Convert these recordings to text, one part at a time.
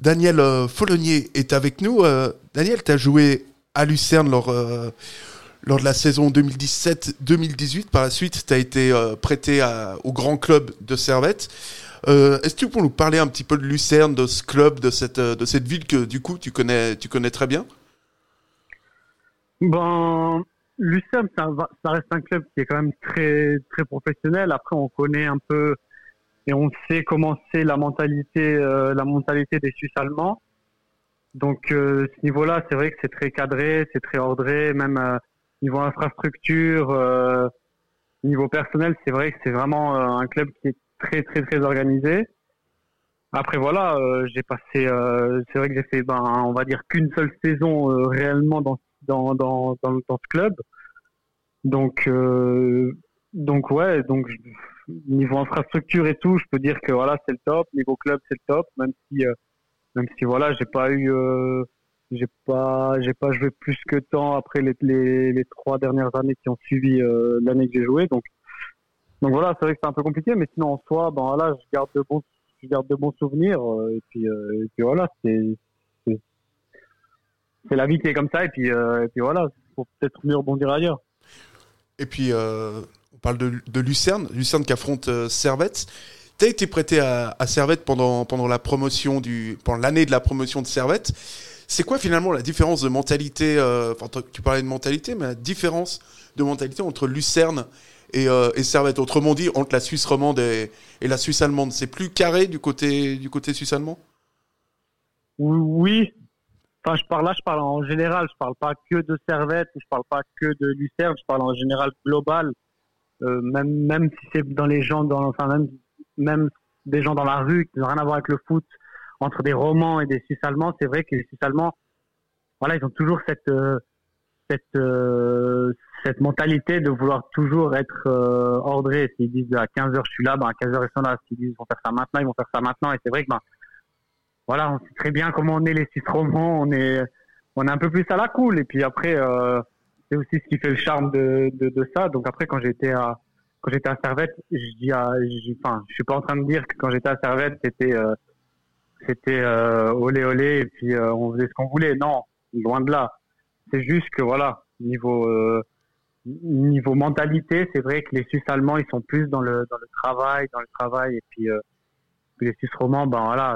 Daniel Follonier est avec nous. Daniel, tu as joué à Lucerne lors de la saison 2017-2018. Par la suite, tu as été prêté au grand club de Servette. Est-ce que tu peux nous parler un petit peu de Lucerne, de ce club, de cette ville que du coup tu connais très bien? Ben, Lucerne, ça reste un club qui est quand même très, très professionnel. Après, on connaît un peu et on sait comment c'est la mentalité des Suisses allemands. Donc, ce niveau-là, c'est vrai que c'est très cadré, c'est très ordré, même niveau infrastructure, niveau personnel, c'est vrai que c'est vraiment un club qui est très, très, très organisé. Après, voilà, c'est vrai que j'ai fait, on va dire qu'une seule saison réellement dans ce club. Donc, ouais, niveau infrastructure et tout, je peux dire que voilà, c'est le top. Niveau club, c'est le top, même si voilà, j'ai pas joué plus que temps après les 3 dernières années qui ont suivi l'année que j'ai joué. Donc voilà, c'est vrai que c'est un peu compliqué, mais sinon en soi, voilà, je garde de bons souvenirs. Et puis voilà, c'est la vie qui est comme ça. Et puis voilà, faut peut-être mieux rebondir ailleurs. Et puis, on parle de Lucerne qui affronte Servette. Tu as été prêté à Servette pendant pendant l'année de la promotion de Servette. C'est quoi finalement la différence de mentalité tu parlais de mentalité, mais la différence de mentalité entre Lucerne et Servette, autrement dit, entre la Suisse romande et la Suisse allemande? C'est plus carré du côté suisse allemand? Oui. Enfin, je parle en général. Je parle pas que de Servette, je parle pas que de Lucerne. Je parle en général global. Même si c'est dans les gens, même des gens dans la rue qui n'ont rien à voir avec le foot, entre des Romands et des Suisses allemands, c'est vrai que les Suisses allemands, voilà, ils ont toujours cette mentalité de vouloir toujours être ordrés. S'ils disent à 15h je suis là, à 15h ils sont là. S'ils disent ils vont faire ça maintenant, ils vont faire ça maintenant. Et c'est vrai que voilà, on sait très bien comment on est les Suisses romands, on est un peu plus à la cool. Et puis après, c'est aussi ce qui fait le charme de ça. Donc après, quand j'étais à Servette, je suis pas en train de dire que quand j'étais à Servette, c'était olé olé et puis on faisait ce qu'on voulait. Non, loin de là. C'est juste que voilà, niveau mentalité, c'est vrai que les Suisses allemands, ils sont plus dans le travail, et puis les Suisses romands, voilà,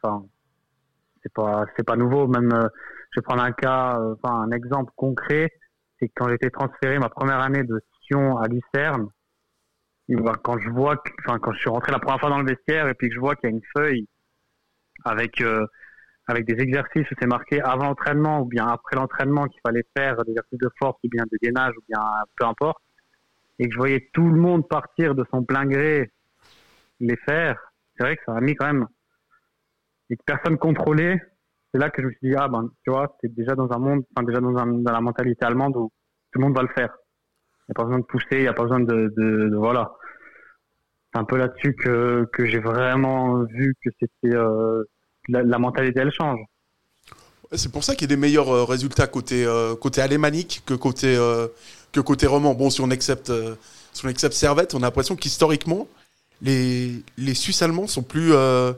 c'est pas nouveau. Même, je vais prendre un exemple concret, c'est que quand j'ai été transféré ma première année de Sion à Lucerne, quand je suis rentré la première fois dans le vestiaire et puis que je vois qu'il y a une feuille avec des exercices où c'est marqué avant l'entraînement ou bien après l'entraînement qu'il fallait faire des exercices de force ou bien de gainage ou bien peu importe, et que je voyais tout le monde partir de son plein gré les faire, c'est vrai que ça a mis quand même, et que personne contrôlait. C'est là que je me suis dit, tu vois, t'es déjà dans un monde, dans la mentalité allemande où tout le monde va le faire. Il n'y a pas besoin de pousser, il n'y a pas besoin de voilà. C'est un peu là-dessus que j'ai vraiment vu que c'était la mentalité, elle change. C'est pour ça qu'il y a des meilleurs résultats côté alémanique que côté roman. Bon, si on accepte Servette, on a l'impression qu'historiquement, les Suisses allemands sont plus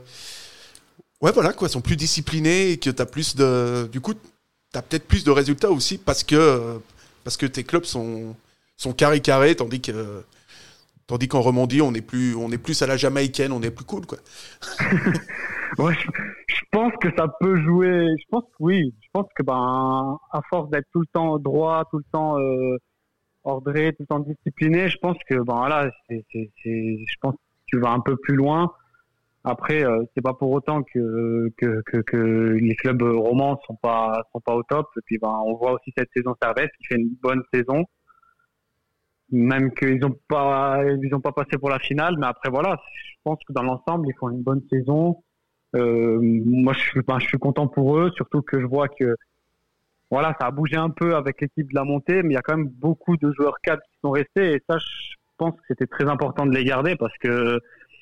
sont plus disciplinés et que t'as peut-être plus de résultats aussi parce que tes clubs sont carrés, tandis qu'en Romandie, on est plus à la jamaïcaine, on est plus cool, quoi. Ouais, je pense que ça peut jouer. Je pense que oui. Je pense que à force d'être tout le temps droit, tout le temps ordré, tout le temps discipliné, je pense que voilà, je pense que tu vas un peu plus loin. Après, c'est pas pour autant que les clubs romans sont pas au top. Et puis on voit aussi cette saison Servette qui fait une bonne saison, même qu'ils ont pas passé pour la finale. Mais après voilà, je pense que dans l'ensemble ils font une bonne saison. Moi je suis content pour eux, surtout que je vois que voilà, ça a bougé un peu avec l'équipe de la montée, mais il y a quand même beaucoup de joueurs cadres qui sont restés, et ça je pense que c'était très important de les garder parce que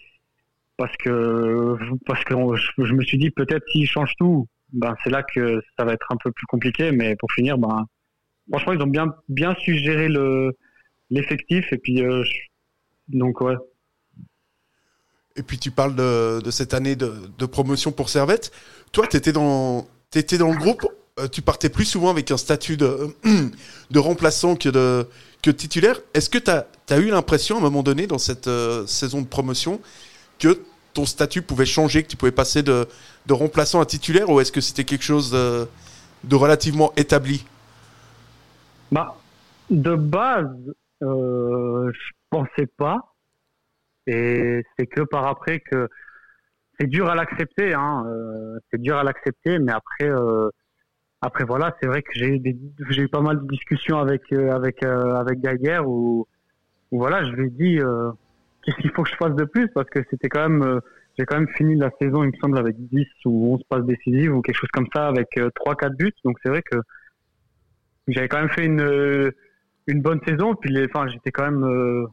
je me suis dit peut-être s'ils changent tout, c'est là que ça va être un peu plus compliqué. Mais pour finir, franchement ils ont bien su gérer l'effectif, et puis donc ouais. Et puis tu parles de cette année de promotion pour Servette. Toi, t'étais dans le groupe, tu partais plus souvent avec un statut de remplaçant que de titulaire. Est-ce que t'as eu l'impression à un moment donné dans cette saison de promotion que ton statut pouvait changer, que tu pouvais passer de remplaçant à titulaire, ou est-ce que c'était quelque chose de relativement établi? Bah, de base, je pensais pas. Et c'est que par après que c'est dur à l'accepter, hein. C'est dur à l'accepter, mais après voilà, c'est vrai que j'ai eu pas mal de discussions avec Gaguerre où voilà, je lui ai dit qu'est-ce qu'il faut que je fasse de plus, parce que c'était quand même j'ai quand même fini la saison, il me semble, avec 10 ou 11 passes décisives ou quelque chose comme ça, avec 3-4 buts. Donc c'est vrai que j'avais quand même fait une bonne saison, puis j'étais quand même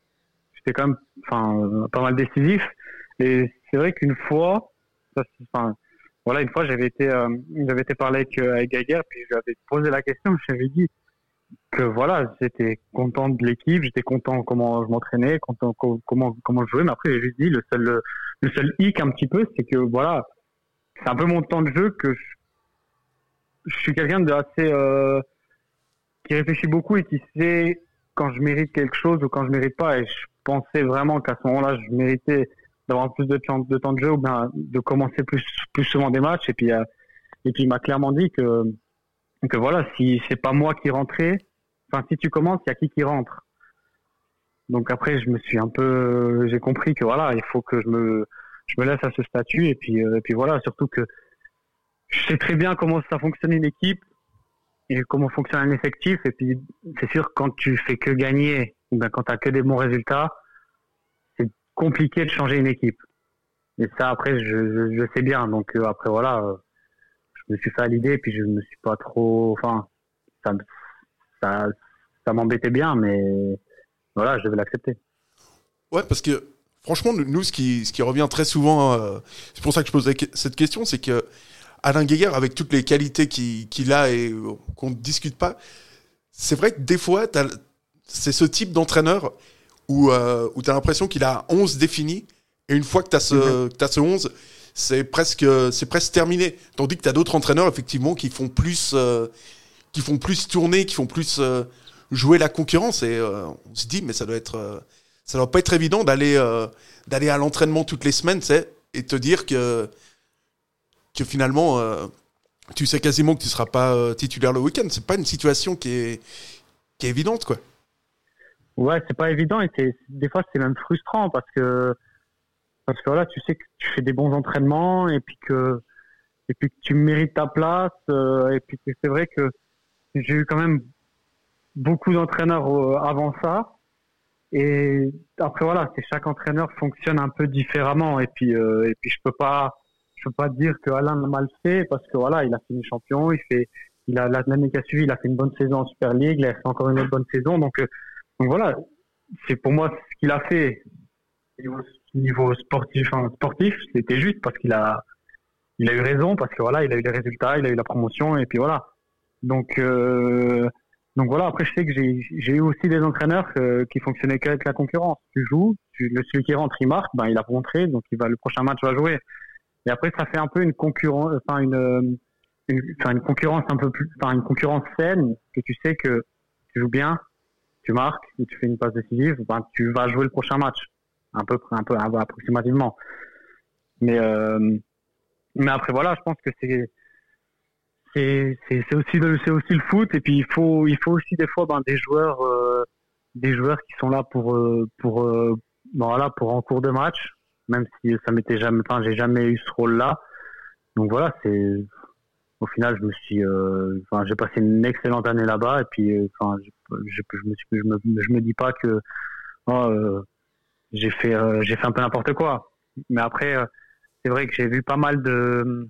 pas mal décisif. Et c'est vrai qu'une fois, une fois j'avais été parler avec Gaguerre, puis je lui avais posé la question, je lui avais dit que voilà, j'étais content de l'équipe, j'étais content comment je m'entraînais, content comment je jouais, mais après j'ai juste dit le seul hic un petit peu, c'est que voilà, c'est un peu mon temps de jeu, que je suis quelqu'un de assez qui réfléchit beaucoup et qui sait quand je mérite quelque chose ou quand je mérite pas. Et je pensais vraiment qu'à ce moment-là, je méritais d'avoir plus de temps de jeu, ou bien de commencer plus souvent des matchs. Et puis il m'a clairement dit que voilà, si c'est pas moi qui rentrais, si tu commences, il y a qui rentre. Donc après, j'ai compris que voilà, il faut que je me laisse à ce statut. Et puis voilà, surtout que je sais très bien comment ça fonctionne une équipe et comment fonctionne un effectif. Et puis c'est sûr, quand tu fais que gagner, ou bien quand tu as que des bons résultats, c'est compliqué de changer une équipe. Et ça, après, je sais bien. Donc après, voilà, je me suis fait à l'idée, et puis je me suis pas trop... ça m'embêtait bien, mais voilà, je devais l'accepter. Ouais, parce que franchement, nous, ce qui revient très souvent, c'est pour ça que je posais cette question, c'est que Alain Guéguer, avec toutes les qualités qu'il a et qu'on ne discute pas, c'est vrai que des fois, c'est ce type d'entraîneur où tu as l'impression qu'il a 11 définis, et une fois que tu as ce 11, c'est presque terminé. Tandis que tu as d'autres entraîneurs, effectivement, qui font plus tourner, qui font plus jouer la concurrence. Et on se dit, mais ça doit pas être évident d'aller à l'entraînement toutes les semaines, et te dire que finalement, tu sais quasiment que tu seras pas titulaire le week-end. C'est pas une situation qui est évidente, quoi. Ouais, c'est pas évident, et des fois c'est même frustrant parce que voilà, tu sais que tu fais des bons entraînements, et puis que tu mérites ta place, et puis que c'est vrai que j'ai eu quand même beaucoup d'entraîneurs avant ça, et après voilà, chaque entraîneur fonctionne un peu différemment, et puis je peux pas dire que Alain l'a mal fait, parce que voilà, il a fini champion, l'année qui a suivi, il a fait une bonne saison en Super League, il a fait encore une autre bonne saison, donc voilà, c'est pour moi ce qu'il a fait niveau sportif, c'était juste, parce qu'il a eu raison, parce que voilà, il a eu les résultats, il a eu la promotion, et puis voilà. Donc voilà, après je sais que j'ai eu aussi des entraîneurs qui fonctionnaient qu'avec la concurrence. Tu joues, celui qui rentre, il marque, il a montré, donc le prochain match va jouer. Et après ça fait un peu une concurrence, une concurrence un peu plus, une concurrence saine, que tu sais que tu joues bien, tu marques, ou tu fais une passe décisive, tu vas jouer le prochain match, un peu approximativement. Mais après voilà, je pense que c'est aussi le foot, et puis il faut aussi des fois des joueurs qui sont là pour en cours de match, même si ça m'était jamais, j'ai jamais eu ce rôle-là. Donc voilà, au final j'ai passé une excellente année là-bas, et puis je me dis pas que j'ai fait un peu n'importe quoi. Mais après c'est vrai que j'ai vu pas mal de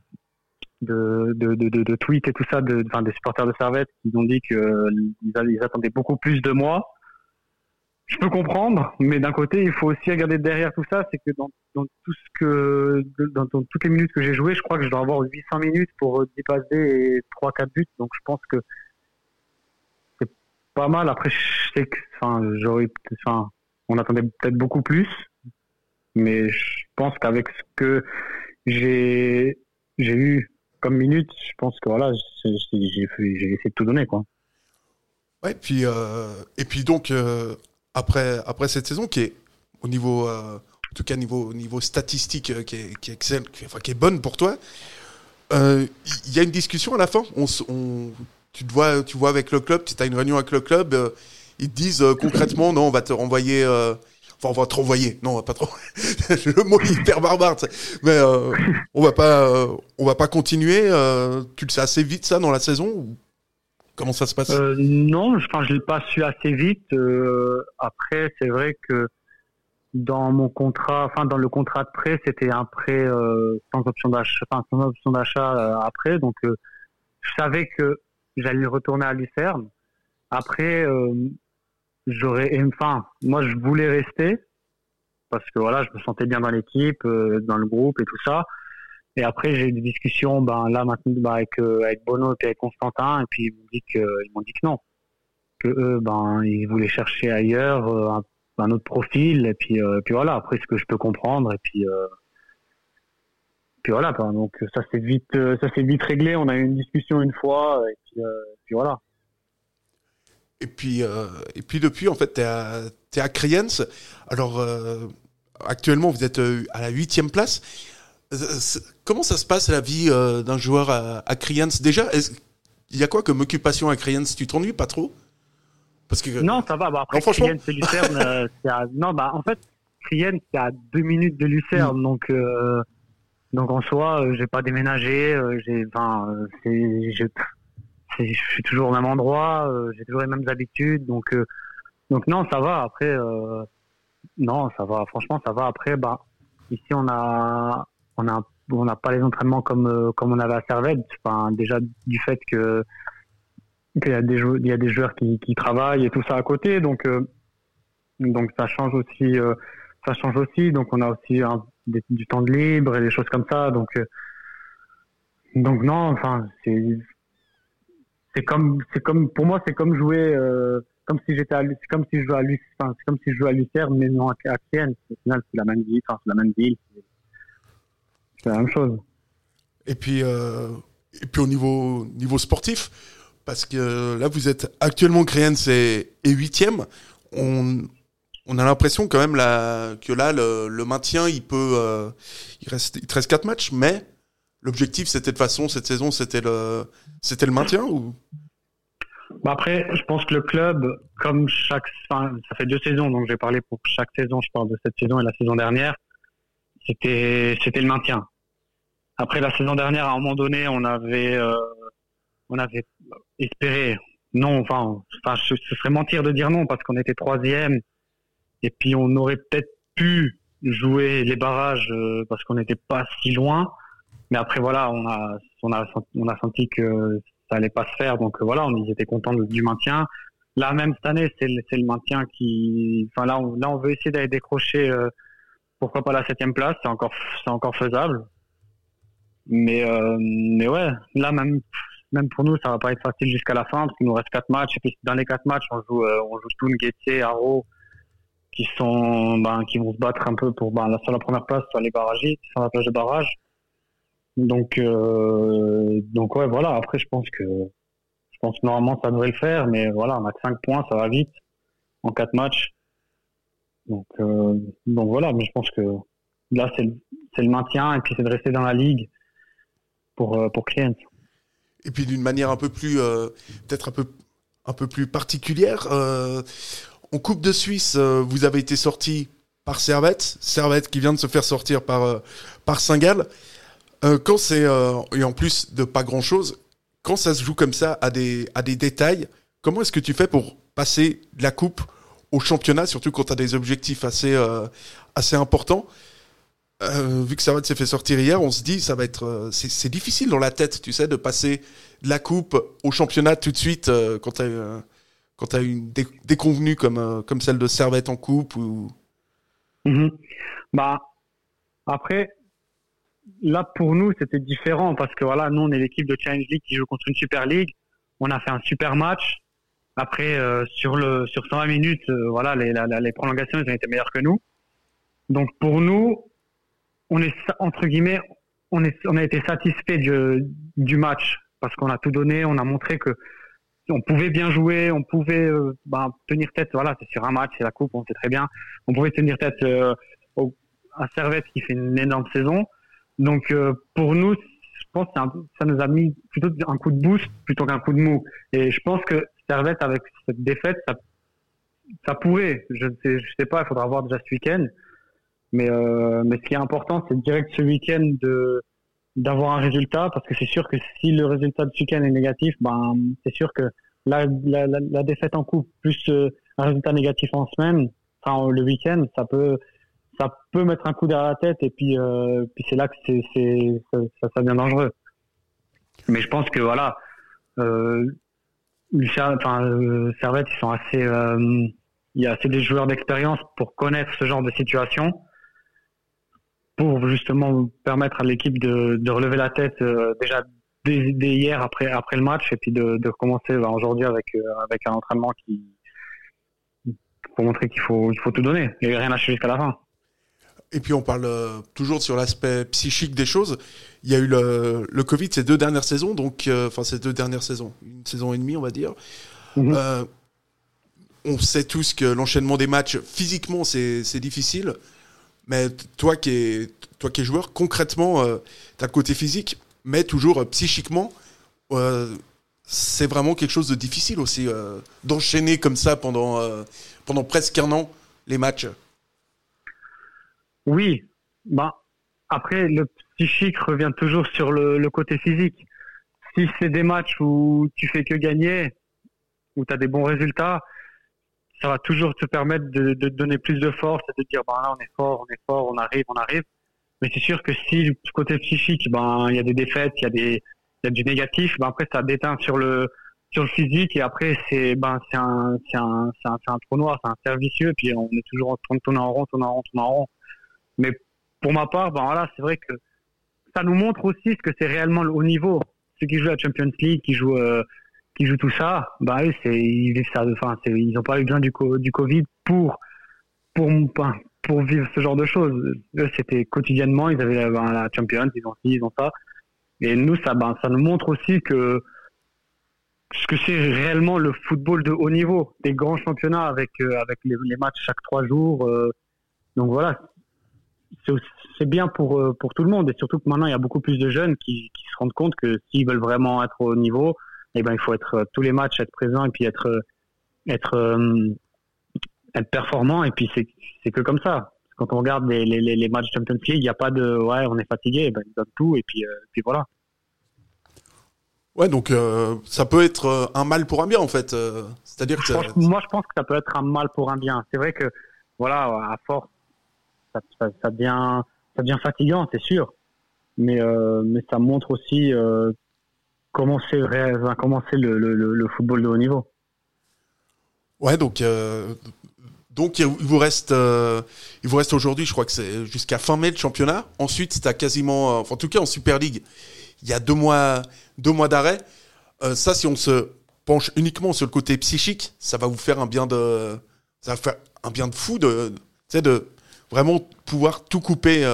tweets et tout ça des supporters de Servette qui ont dit qu'ils attendaient beaucoup plus de moi. Je peux comprendre, mais d'un côté il faut aussi regarder derrière tout ça, c'est que dans toutes les minutes que j'ai joué, je crois que je dois avoir 800 minutes pour 10 passes et 3-4 buts, donc je pense que c'est pas mal. Après je sais que on attendait peut-être beaucoup plus, Mais je pense qu'avec ce que j'ai eu comme minutes, je pense que voilà, j'ai essayé de tout donner, quoi. Ouais, puis et puis donc après cette saison qui est au niveau en tout cas niveau statistique qui est excellent, qui est bonne pour toi. Il y a une discussion à la fin. Tu vois avec le club, tu as une réunion avec le club. Ils te disent concrètement, non, on va te renvoyer. Enfin, on va te renvoyer. Non, on va pas trop. Le mot est hyper barbare. Mais on va pas continuer. Tu le sais assez vite ça dans la saison ou comment ça se passe? Non, je l'ai pas su assez vite. Après, c'est vrai que dans mon contrat, dans le contrat de prêt, c'était un prêt sans option d'achat, après. Donc, je savais que j'allais retourner à Lucerne. Après, moi, je voulais rester parce que voilà, je me sentais bien dans l'équipe, dans le groupe et tout ça. Et après, j'ai eu des discussions, là maintenant, avec Bono et avec Constantin, et puis ils m'ont dit que non, que eux, ils voulaient chercher ailleurs un autre profil, et puis voilà. Après, ce que je peux comprendre, et puis voilà, quoi. Donc ça s'est vite réglé. On a eu une discussion une fois, et puis voilà. Et puis depuis, en fait, t'es à Kriens. Alors, actuellement, vous êtes à la 8e place. Comment ça se passe la vie d'un joueur à Kriens? Déjà, il y a quoi comme occupation à Kriens? Tu t'ennuies pas trop? Parce que non, ça va. Après, Kriens et Lucerne, en fait, Kriens c'est à 2 minutes de Lucerne, donc en soi, j'ai pas déménagé. Je suis toujours au même endroit, j'ai toujours les mêmes habitudes, donc non, ça va. Après, non, ça va. Franchement, ça va. Après, ici on n'a pas les entraînements comme on avait à Servette. Déjà du fait qu'il y a des joueurs qui travaillent et tout ça à côté, donc ça change aussi. Donc on a aussi du temps de libre et des choses comme ça. Donc non, c'est comme pour moi, c'est comme jouer comme si c'est comme si je jouais à Lucerne, mais non à Kriens. Au final, c'est la même ville, c'est la même chose. Et puis au niveau sportif, parce que là vous êtes actuellement Kriens est 8e, on a l'impression quand même que là le maintien il te reste 4 matchs, mais l'objectif c'était de toute façon cette saison c'était le maintien ou? Après, je pense que le club, comme ça fait 2 saisons, donc j'ai parlé pour chaque saison, je parle de cette saison et la saison dernière, c'était le maintien. Après la saison dernière, à un moment donné, on avait espéré, non, ce serait mentir de dire non parce qu'on était 3e et puis on aurait peut-être pu jouer les barrages parce qu'on n'était pas si loin. Mais après voilà, on a senti que ça allait pas se faire, donc voilà, ils étaient contents du maintien. Là même cette année, c'est le maintien qui, là on veut essayer d'aller décrocher, pourquoi pas la 7e place, c'est encore faisable. Mais ouais, là même pour nous, ça va pas être facile jusqu'à la fin parce qu'il nous reste 4 matchs et puis dans les 4 matchs, on joue Thun, Guettier, Haro, qui vont se battre un peu pour sur la première place, sur les barragistes, sur la plage de barrage. Donc ouais, voilà. Après, je pense que normalement ça devrait le faire, mais voilà, on a que 5 points, ça va vite en 4 matchs. Donc voilà, mais je pense que là c'est le maintien et puis c'est de rester dans la ligue pour Kriens. Et puis d'une manière un peu plus peut-être un peu plus particulière, en Coupe de Suisse, vous avez été sorti par Servette qui vient de se faire sortir par Saint-Gall. Quand c'est et en plus de pas grand-chose, quand ça se joue comme ça à des détails, comment est-ce que tu fais pour passer de la coupe au championnat, surtout quand tu as des objectifs assez importants? Vu que Servette s'est fait sortir hier, on se dit ça va être c'est difficile dans la tête, tu sais, de passer de la coupe au championnat tout de suite quand tu as une déconvenue comme celle de Servette en coupe ou. Après. Là, pour nous, c'était différent parce que voilà, nous, on est l'équipe de Challenge League qui joue contre une Super League. On a fait un super match. Après, sur 120 minutes, voilà, les prolongations, ils ont été meilleurs que nous. Donc pour nous, on est entre guillemets, on a été satisfait du match parce qu'on a tout donné, on a montré que on pouvait bien jouer, on pouvait tenir tête. Voilà, c'est sur un match, c'est la coupe, on sait très bien. On pouvait tenir tête à Servette qui fait une énorme saison. Donc pour nous, je pense que ça nous a mis plutôt un coup de boost plutôt qu'un coup de mou. Et je pense que Servette avec cette défaite, ça pourrait. Je sais pas, il faudra voir déjà ce week-end. Mais ce qui est important, c'est direct ce week-end d'avoir un résultat, parce que c'est sûr que si le résultat de ce week-end est négatif, c'est sûr que la défaite en coupe plus un résultat négatif en semaine, enfin le week-end, ça peut mettre un coup derrière la tête, et puis c'est là que ça devient dangereux. Mais je pense que voilà, Servette, ils sont assez, il y a assez des joueurs d'expérience pour connaître ce genre de situation, pour justement permettre à l'équipe de relever la tête déjà dès hier après le match, et puis de commencer aujourd'hui avec un entraînement pour montrer qu'il faut tout donner et rien lâcher jusqu'à la fin. Et puis on parle toujours sur l'aspect psychique des choses. Il y a eu le Covid ces 2 dernières saisons, ces 2 dernières saisons, une saison et demie on va dire. Mm-hmm. On sait tous que l'enchaînement des matchs, physiquement c'est difficile, mais toi qui es joueur, concrètement, t'as le côté physique, mais toujours psychiquement, c'est vraiment quelque chose de difficile aussi, d'enchaîner comme ça pendant presque un an les matchs. Oui, après le psychique revient toujours sur le côté physique. Si c'est des matchs où tu fais que gagner, où tu as des bons résultats, ça va toujours te permettre de donner plus de force et de dire là on est fort, on arrive. Mais c'est sûr que si du côté psychique, il y a des défaites, il y a du négatif, après ça déteint sur le physique, et après c'est un trou noir, c'est un cercle vicieux, puis on est toujours en train de tourner en rond. Mais pour ma part, c'est vrai que ça nous montre aussi ce que c'est réellement le haut niveau. Ceux qui jouent la Champions League, qui jouent tout ça, eux, ils vivent ça. Enfin, ils n'ont pas eu besoin du Covid pour vivre ce genre de choses. Eux, c'était quotidiennement, ils avaient la Champions, ils ont ça. Et nous, ça nous montre aussi que ce que c'est réellement le football de haut niveau, des grands championnats avec les matchs chaque 3 jours. Donc voilà. C'est bien pour tout le monde, et surtout que maintenant il y a beaucoup plus de jeunes qui se rendent compte que s'ils veulent vraiment être au niveau, il faut être tous les matchs, être présent, et puis être performant, et puis c'est que comme ça. Quand on regarde les matchs Champions League, il n'y a pas de on est fatigué, ils donnent tout, et puis voilà. Ouais, donc ça peut être un mal pour un bien en fait. C'est-à-dire que moi je pense que ça peut être un mal pour un bien. C'est vrai que voilà, à force ça devient fatigant, c'est sûr, mais ça montre aussi comment c'est le football de haut niveau. Ouais, donc il vous reste aujourd'hui, je crois que c'est jusqu'à fin mai le championnat. Ensuite, t'as quasiment, en tout cas en Super League, il y a 2 mois d'arrêt. Ça, si on se penche uniquement sur le côté psychique, ça va vous faire un bien de fou de vraiment pouvoir tout couper.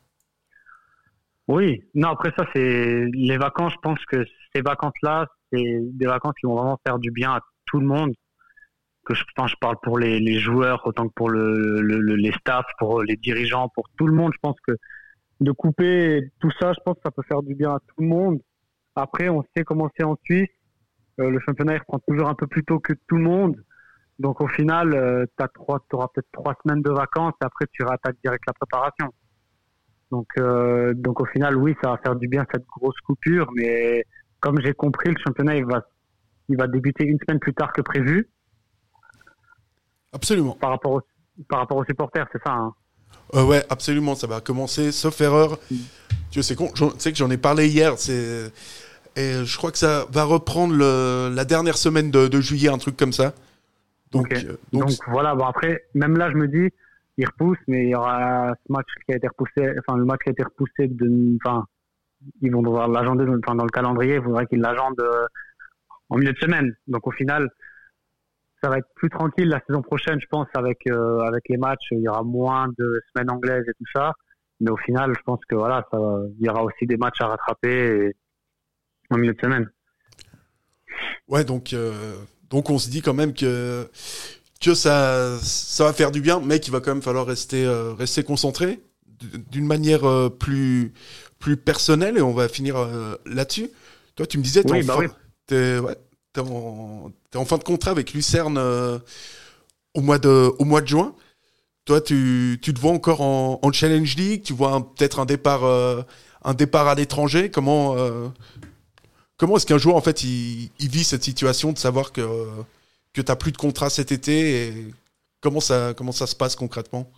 Oui, non, après ça, c'est les vacances. Je pense que ces vacances-là, c'est des vacances qui vont vraiment faire du bien à tout le monde. Je parle pour les joueurs autant que pour les staffs, pour les dirigeants, pour tout le monde. Je pense que de couper tout ça, je pense que ça peut faire du bien à tout le monde. Après, on sait comment c'est en Suisse. Le championnat, il reprend toujours un peu plus tôt que tout le monde. Donc au final, tu auras peut-être 3 semaines de vacances, et après tu rattaques direct la préparation. Donc au final, oui, ça va faire du bien cette grosse coupure, mais comme j'ai compris, le championnat il va débuter 1 semaine plus tard que prévu. Absolument. Par rapport aux supporters, c'est ça, hein. Ouais, absolument, ça va commencer, sauf erreur. Tu sais que j'en ai parlé hier, et je crois que ça va reprendre la dernière semaine de juillet, un truc comme ça. Donc voilà, après, même là, je me dis, ils repoussent, mais il y aura ce match qui a été repoussé, le match qui a été repoussé ils vont devoir l'agender dans le calendrier, il faudrait qu'ils l'agendent en milieu de semaine. Donc au final, ça va être plus tranquille la saison prochaine, je pense, avec les matchs. Il y aura moins de semaines anglaises et tout ça. Mais au final, je pense que voilà, il y aura aussi des matchs à rattraper en milieu de semaine. Ouais, donc on se dit quand même que ça va faire du bien, mais qu'il va quand même falloir rester concentré d'une manière plus personnelle, et on va finir là-dessus. Toi, tu me disais, oui. t'es en fin de contrat avec Lucerne au mois de juin. Toi, tu te vois encore en Challenge League, tu vois peut-être un départ à l'étranger. Comment est-ce qu'un joueur en fait il vit cette situation de savoir que t'as plus de contrat cet été, et comment ça se passe concrètement?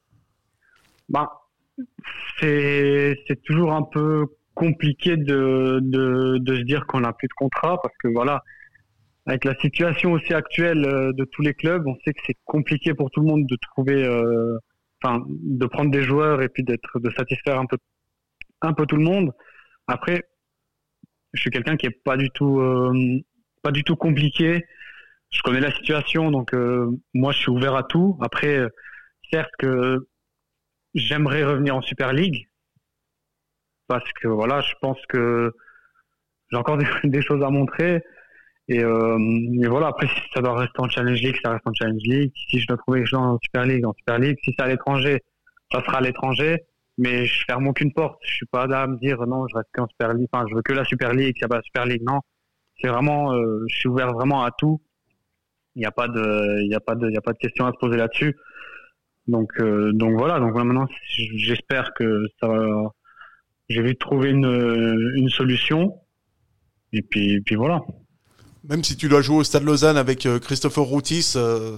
C'est toujours un peu compliqué de se dire qu'on n'a plus de contrat, parce que voilà, avec la situation aussi actuelle de tous les clubs, on sait que c'est compliqué pour tout le monde de trouver, de prendre des joueurs et puis de satisfaire un peu tout le monde. Après, je suis quelqu'un qui est pas du tout compliqué. Je connais la situation, donc moi je suis ouvert à tout. Après, certes que j'aimerais revenir en Super League, parce que voilà, je pense que j'ai encore des choses à montrer. Et voilà, après, si ça doit rester en Challenge League, ça reste en Challenge League. Si je dois trouver quelque chose en Super League, en Super League. Si c'est à l'étranger, ça sera à l'étranger. Mais je ferme aucune porte. Je suis pas là à me dire non, je reste qu'en Super League. Enfin, je veux que la Super League, s'il n'y a pas la Super League. Non, c'est vraiment, je suis ouvert vraiment à tout. Il n'y a pas de question à se poser là-dessus. Donc voilà. Donc maintenant, j'espère que ça va. J'ai vite trouver une solution. Et puis voilà. Même si tu dois jouer au Stade Lausanne avec Christopher Routis,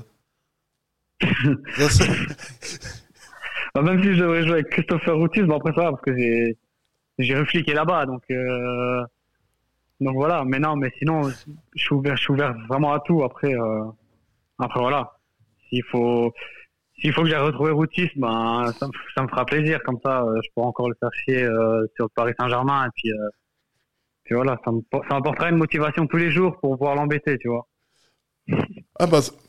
même si je devrais jouer avec Christopher Routis, après ça va, parce que j'ai réfléchi là-bas, donc voilà. Mais non, mais sinon, je suis ouvert vraiment à tout. Après voilà. S'il faut que j'aille retrouver Routis, ça me fera plaisir. Comme ça, je pourrai encore le faire chier sur Paris Saint-Germain, et puis voilà, ça m'apportera une motivation tous les jours pour pouvoir l'embêter, tu vois. Ah bah